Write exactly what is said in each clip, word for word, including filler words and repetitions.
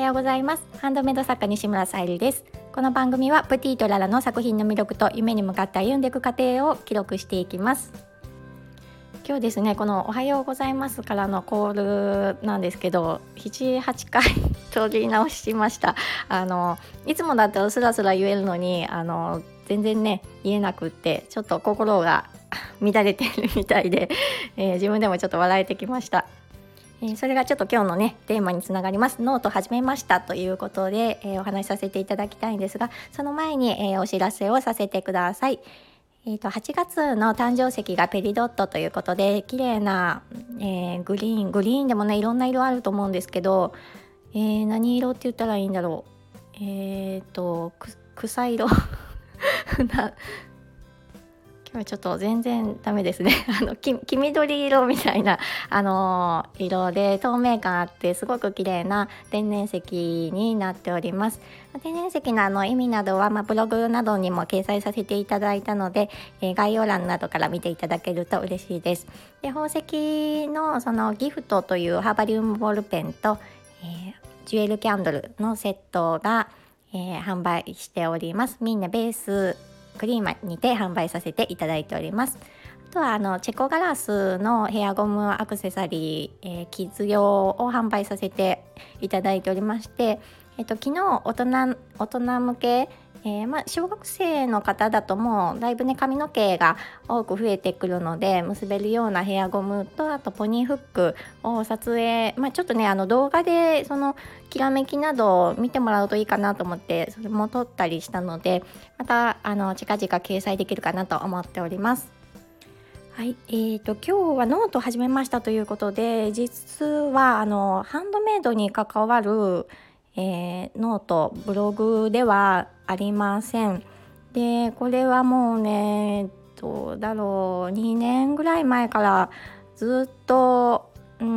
ようございます。ハンドメイド作家西村さゆりです。この番組はプティとララの作品の魅力と夢に向かって歩んでいく過程を記録していきます。今日ですね、このおはようございますからのコールなんですけど、なな、はちかい撮り直しました。あのいつもだったらスラスラ言えるのにあの全然ね言えなくって、ちょっと心が乱れているみたいで、えー、自分でもちょっと笑えてきました。えー、それがちょっと今日のねテーマにつながります。ノート始めましたということで、えー、お話しさせていただきたいんですが、その前に、えー、お知らせをさせてください。えー、とはちがつの誕生石がペリドットということで、綺麗な、えー、グリーングリーンでもねいろんな色あると思うんですけど、えー、何色って言ったらいいんだろう。えーと草色な今日ちょっと全然ダメですねあの黄黄緑色みたいな、あのー、色で透明感あってすごく綺麗な天然石になっております。天然石のあの意味などは、まあ、ブログなどにも掲載させていただいたので、えー、概要欄などから見ていただけると嬉しいです。で、宝石のそのギフトというハーバリウムボールペンと、えー、ジュエルキャンドルのセットが、えー、販売しております。みんなベースクリーマにて販売させていただいております。あとはあのチェコガラスのヘアゴムアクセサリー、えー、キッズ用を販売させていただいておりまして、えっと、昨日大人、大人向け、えーまあ、小学生の方だともうだいぶね髪の毛が多く増えてくるので、結べるようなヘアゴムと、あとポニーフックを撮影、まあ、ちょっとねあの動画でそのきらめきなどを見てもらうといいかなと思って、それも撮ったりしたので、またあの近々掲載できるかなと思っております。はい、えーと今日はノートを始めましたということで、実はあのハンドメイドに関わるえー、ノートブログではありません。でこれはもうねどうだろうにねんぐらい前からずっと、うん、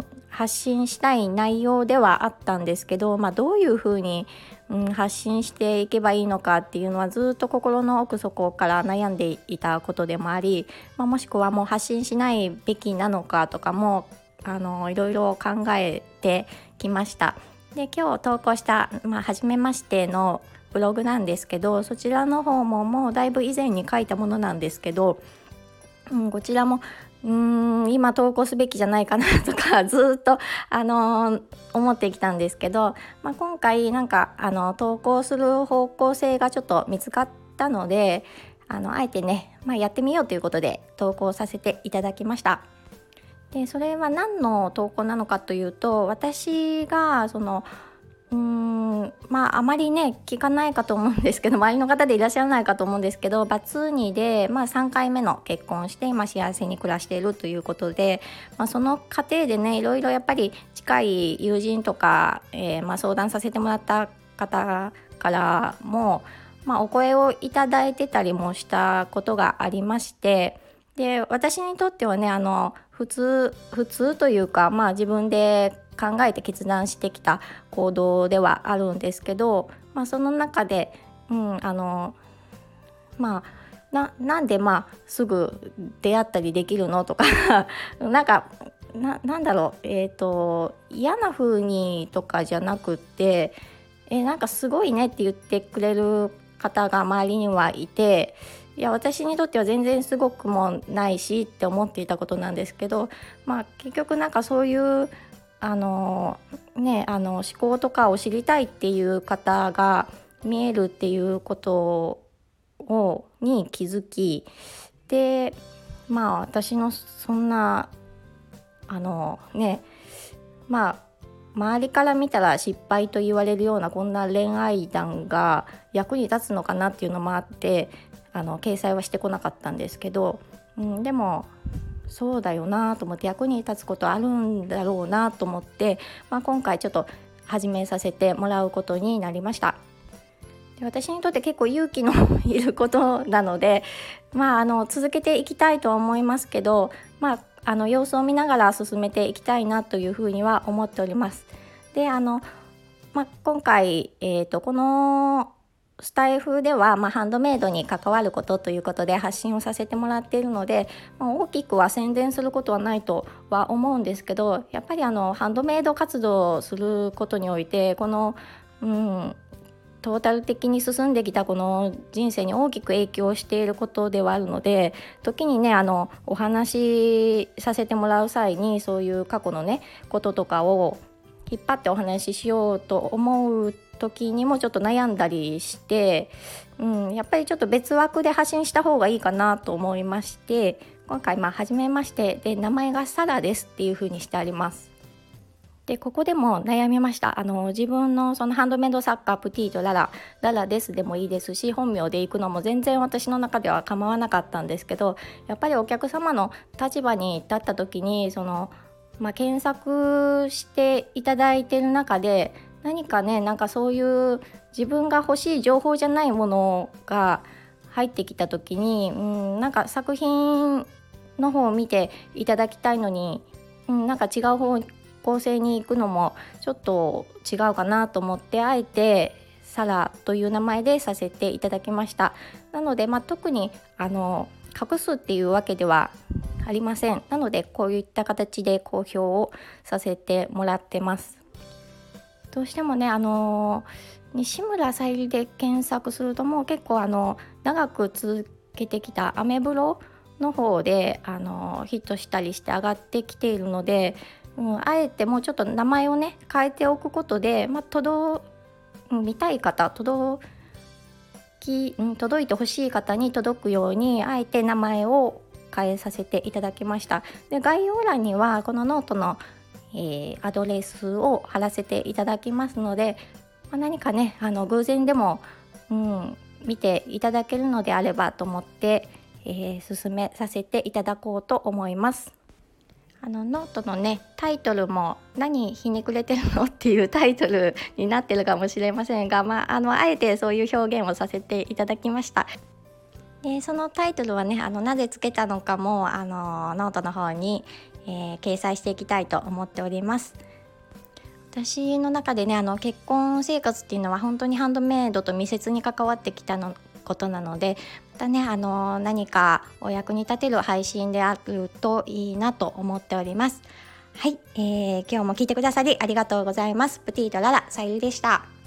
発信したい内容ではあったんですけど、まあ、どういうふうに、うん、発信していけばいいのかっていうのはずっと心の奥底から悩んでいたことでもあり、まあ、もしくはもう発信しないべきなのかとかもあのいろいろ考えてきました。で今日投稿した、まあ、初めましてのブログなんですけど、そちらの方ももうだいぶ以前に書いたものなんですけど、うん、こちらもうーん今投稿すべきじゃないかなとかずっと、あのー、思ってきたんですけど、まあ、今回なんかあの投稿する方向性がちょっと見つかったので、あのあえてね、まあ、やってみようということで投稿させていただきました。でそれは何の投稿なのかというと、私がそのうーんまああまりね聞かないかと思うんですけど、周りの方でいらっしゃらないかと思うんですけど、バツにで、まあ、さんかいめの結婚して今幸せに暮らしているということで、まあ、その過程でねいろいろやっぱり近い友人とか、えーまあ、相談させてもらった方からも、まあ、お声をいただいてたりもしたことがありまして、で私にとってはねあの普通普通というか、まあ、自分で考えて決断してきた行動ではあるんですけど、まあ、その中で、うん、あのまあななんでまあすぐ出会ったりできるのとかなんか な, なんだろう、えーと嫌な風にとかじゃなくって、えなんかすごいねって言ってくれる方が周りにはいて、いや私にとっては全然すごくもないしって思っていたことなんですけど、まあ結局なんかそういうあのねあの思考とかを知りたいっていう方が見えるっていうことをに気づき、でまあ私のそんなあのねまあ周りから見たら失敗と言われるようなこんな恋愛談が役に立つのかなっていうのもあって、あの掲載はしてこなかったんですけど、うん、でもそうだよなと思って、役に立つことあるんだろうなと思って、まあ、今回ちょっと始めさせてもらうことになりました。で私にとって結構勇気のいることなので、まあ、あの続けていきたいとは思いますけど、まああの様子を見ながら進めていきたいなというふうには思っております。であの、まあ、今回、えーと、このスタイフでは、まあ、ハンドメイドに関わることということで発信をさせてもらっているので、まあ、大きくは宣伝することはないとは思うんですけど、やっぱりあのハンドメイド活動をすることにおいてこの、うん、トータル的に進んできたこの人生に大きく影響していることではあるので、時にねあのお話しさせてもらう際にそういう過去のねこととかを引っ張ってお話ししようと思う時にもちょっと悩んだりして、うん、やっぱりちょっと別枠で発信した方がいいかなと思いまして、今回まあ初めましてで名前がサラですっていう風にしてあります。でここでも悩みました。あの自分のそのハンドメイド作家プティとララララですでもいいですし、本名で行くのも全然私の中では構わなかったんですけど、やっぱりお客様の立場に立った時にその、まあ、検索していただいている中で何かねなんかそういう自分が欲しい情報じゃないものが入ってきた時に、うん、なんか作品の方を見ていただきたいのに、うん、なんか違う方構成に行くのもちょっと違うかなと思って、あえてサラという名前でさせていただきました。なので、まあ、特にあの隠すっていうわけではありません。なのでこういった形で公表をさせてもらってます。どうしてもねあの西村さゆりで検索するともう結構あの長く続けてきたアメブロの方であのヒットしたりして上がってきているので、うん、あえてもうちょっと名前をね変えておくことで、まあ、届見たい方届き、うん、届いてほしい方に届くようにあえて名前を変えさせていただきました。で概要欄にはこのノートの、えー、アドレスを貼らせていただきますので、まあ、何かねあの偶然でも、うん、見ていただけるのであればと思って、えー、進めさせていただこうと思います。あのノートのねタイトルも何ひねくれてるのっていうタイトルになってるかもしれませんが、まあ、あのあえてそういう表現をさせていただきました。でそのタイトルはねあのなぜつけたのかもあのノートの方に、えー、掲載していきたいと思っております。私の中でねあの結婚生活っていうのは本当にハンドメイドと密接に関わってきたのことなので、またねあの何かお役に立てる配信であるといいなと思っております。はい、えー、今日も聞いてくださりありがとうございます。プティとララさゆりでした。